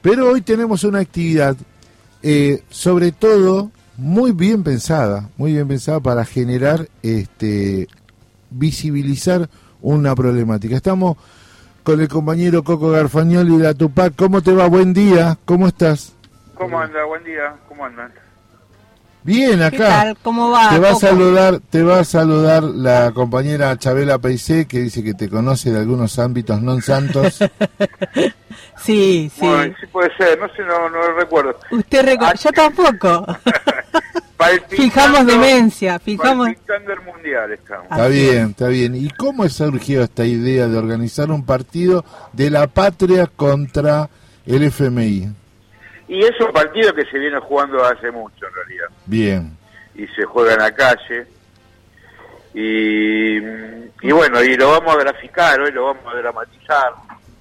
Pero hoy tenemos una actividad, sobre todo, muy bien pensada para generar, visibilizar una problemática. Estamos con el compañero Coco Garfagnoli de la Tupac. ¿Cómo te va? Buen día, ¿cómo estás? ¿Cómo anda? Buen día, ¿cómo andan? Bien, acá. ¿Qué tal? ¿Cómo va? Te va a saludar la compañera Chabela Peicé, que dice que te conoce de algunos ámbitos non santos. Sí. Bueno, sí puede ser, no sé, no recuerdo. Yo tampoco. Fijamos demencia, palpitando el mundial estamos. Está bien. ¿Y cómo surgió esta idea de organizar un partido de la patria contra el FMI? Y es un partido que se viene jugando hace mucho, en realidad. Bien. Y se juega en la calle. Y bueno, y lo vamos a graficar, hoy lo vamos a dramatizar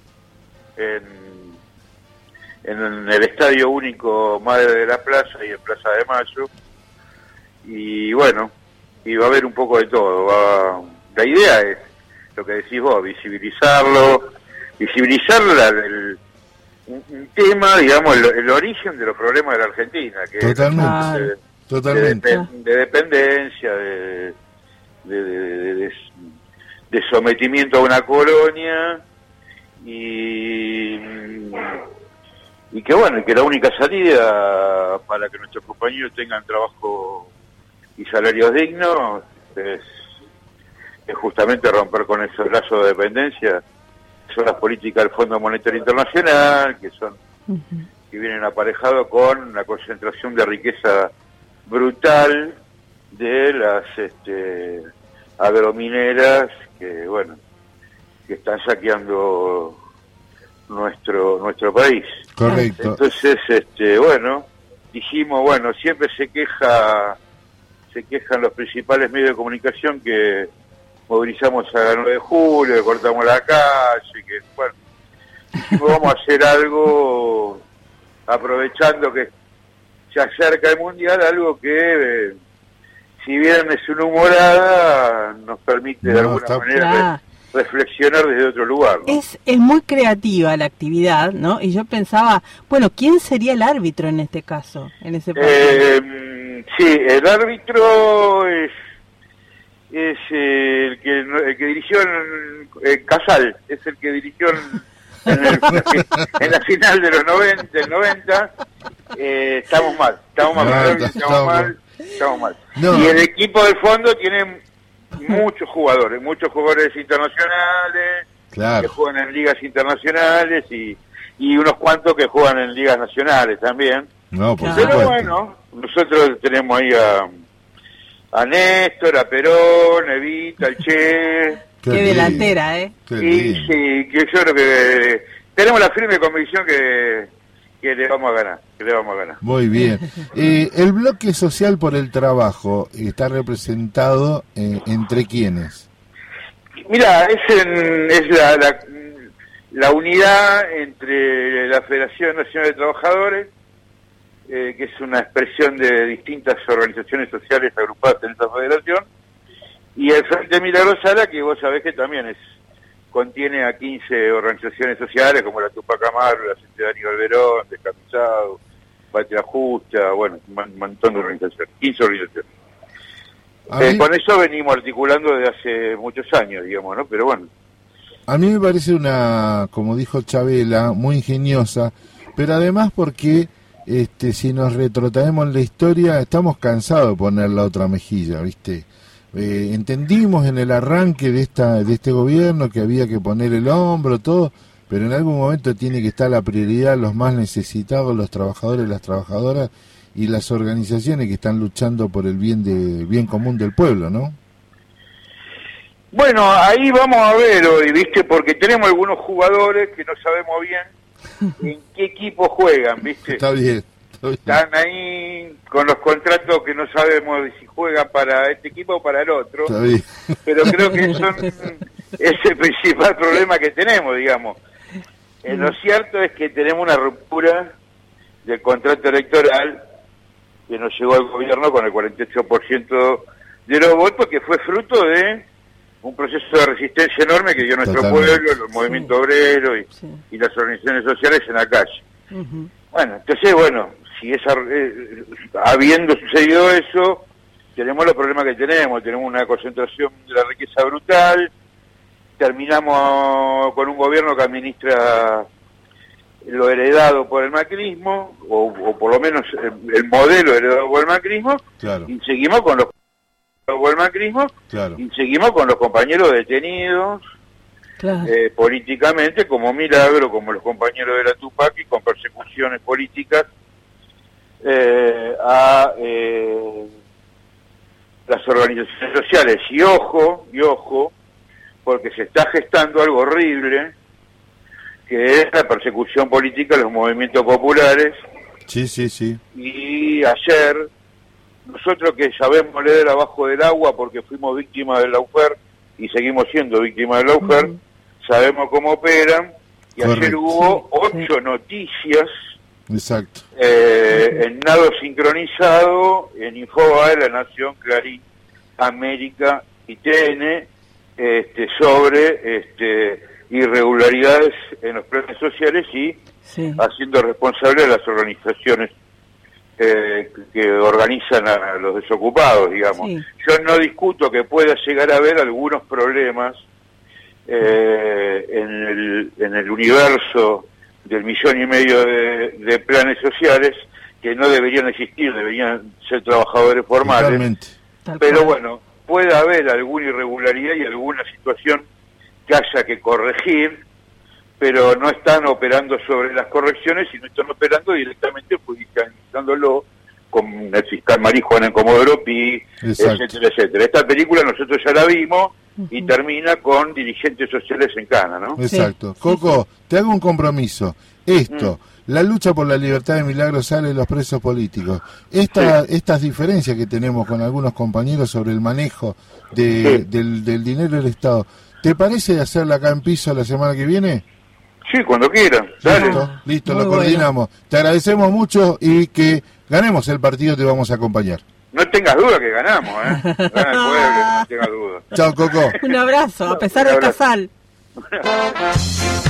en el Estadio Único Madre de la Plaza y en Plaza de Mayo. Y bueno, y va a haber un poco de todo. La idea es, lo que decís vos, visibilizar un tema, digamos, el origen de los problemas de la Argentina, que Totalmente. De dependencia, de sometimiento a una colonia, y que bueno, que la única salida para que nuestros compañeros tengan trabajo y salarios dignos es justamente romper con esos lazos de dependencia. Son las políticas del Fondo Monetario Internacional, que vienen aparejados con una concentración de riqueza brutal de las agromineras que están saqueando nuestro país. Correcto. Entonces, dijimos, siempre se quejan los principales medios de comunicación que movilizamos a 9 de julio, que cortamos la calle, dijimos, vamos a hacer algo, aprovechando que se acerca el Mundial, algo que, si bien es una humorada, nos permite de alguna manera reflexionar desde otro lugar, ¿no? Es muy creativa la actividad, ¿no? Y yo pensaba, ¿quién sería el árbitro en este caso, en ese partido? Sí, el árbitro es el que dirigió en Casal, es el que dirigió en la final de los 90. Estamos mal. No. Y el equipo del fondo tiene muchos jugadores internacionales, que juegan en ligas internacionales y unos cuantos que juegan en ligas nacionales también. No, por Pero supuesto. bueno, nosotros tenemos ahí a Néstor, a Perón, a Evita, al Che. Qué delantera, Sí, que yo creo que tenemos la firme convicción que le vamos a ganar. Muy bien. El bloque social por el trabajo está representado entre quiénes. Mira, es la unidad entre la Federación Nacional de Trabajadores, que es una expresión de distintas organizaciones sociales agrupadas en esta federación, y el Frente Milagrosala, que vos sabés que también contiene a 15 organizaciones sociales, como la Tupac Amaru, la Sociedad Aníbal Verón, Descamisado, Patria Justa, un montón de organizaciones, 15 organizaciones. Con eso venimos articulando desde hace muchos años, digamos, ¿no? Pero bueno. A mí me parece como dijo Chabela, muy ingeniosa, pero además porque si nos retrotraemos en la historia, estamos cansados de poner la otra mejilla, ¿viste? Entendimos en el arranque de este gobierno que había que poner el hombro, todo, pero en algún momento tiene que estar la prioridad, los más necesitados, los trabajadores, las trabajadoras y las organizaciones que están luchando por el bien común del pueblo, ¿no? Bueno, ahí vamos a ver hoy, ¿viste? Porque tenemos algunos jugadores que no sabemos bien en qué equipo juegan, ¿viste? Está bien. Están ahí con los contratos que no sabemos si juegan para este equipo o para el otro. Está bien. Pero creo que es el principal problema que tenemos, digamos. Lo cierto es que tenemos una ruptura del contrato electoral que nos llegó al gobierno con el 48% de los votos, que fue fruto de un proceso de resistencia enorme que dio nuestro pueblo, los movimientos obreros y las organizaciones sociales en la calle. Bueno, entonces, si habiendo sucedido eso, tenemos los problemas que tenemos una concentración de la riqueza brutal, terminamos con un gobierno que administra lo heredado por el macrismo, o por lo menos el modelo heredado por el macrismo, claro. Y seguimos con los por el macrismo, claro. Y seguimos con los compañeros detenidos, claro. Políticamente, como Milagro, como los compañeros de la Tupac, y con persecuciones políticas a las organizaciones sociales. Y ojo, porque se está gestando algo horrible, que es la persecución política de los movimientos populares. Sí. Y ayer, nosotros que sabemos leer abajo del agua porque fuimos víctimas del lawfare y seguimos siendo víctimas del lawfare, sabemos cómo operan, y correcto. Ayer hubo 8 noticias. Exacto. En Nado Sincronizado, en Infobae, La Nación, Clarín, América y TN, sobre irregularidades en los planes sociales y haciendo responsable a las organizaciones que organizan a los desocupados, digamos. Sí. Yo no discuto que pueda llegar a haber algunos problemas en el universo del 1,5 millones de planes sociales que no deberían existir, deberían ser trabajadores formales. Totalmente. Pero bueno, puede haber alguna irregularidad y alguna situación que haya que corregir, pero no están operando sobre las correcciones, sino están operando directamente judicializándolo con el fiscal Marijuana en Comodoro Pi, etcétera. Esta película nosotros ya la vimos y termina con dirigentes sociales en cana, ¿no? Exacto. Coco, te hago un compromiso. La lucha por la libertad de Milagro Sala y los presos políticos. Estas diferencias que tenemos con algunos compañeros sobre el manejo del dinero del Estado, ¿te parece hacerla acá en piso la semana que viene? Sí, cuando quieran. Listo, lo coordinamos. Te agradecemos mucho y que ganemos el partido, te vamos a acompañar. No tengas duda que ganamos, Gana el pueblo, no tengas duda. Chao, Coco. Un abrazo, a pesar del casal.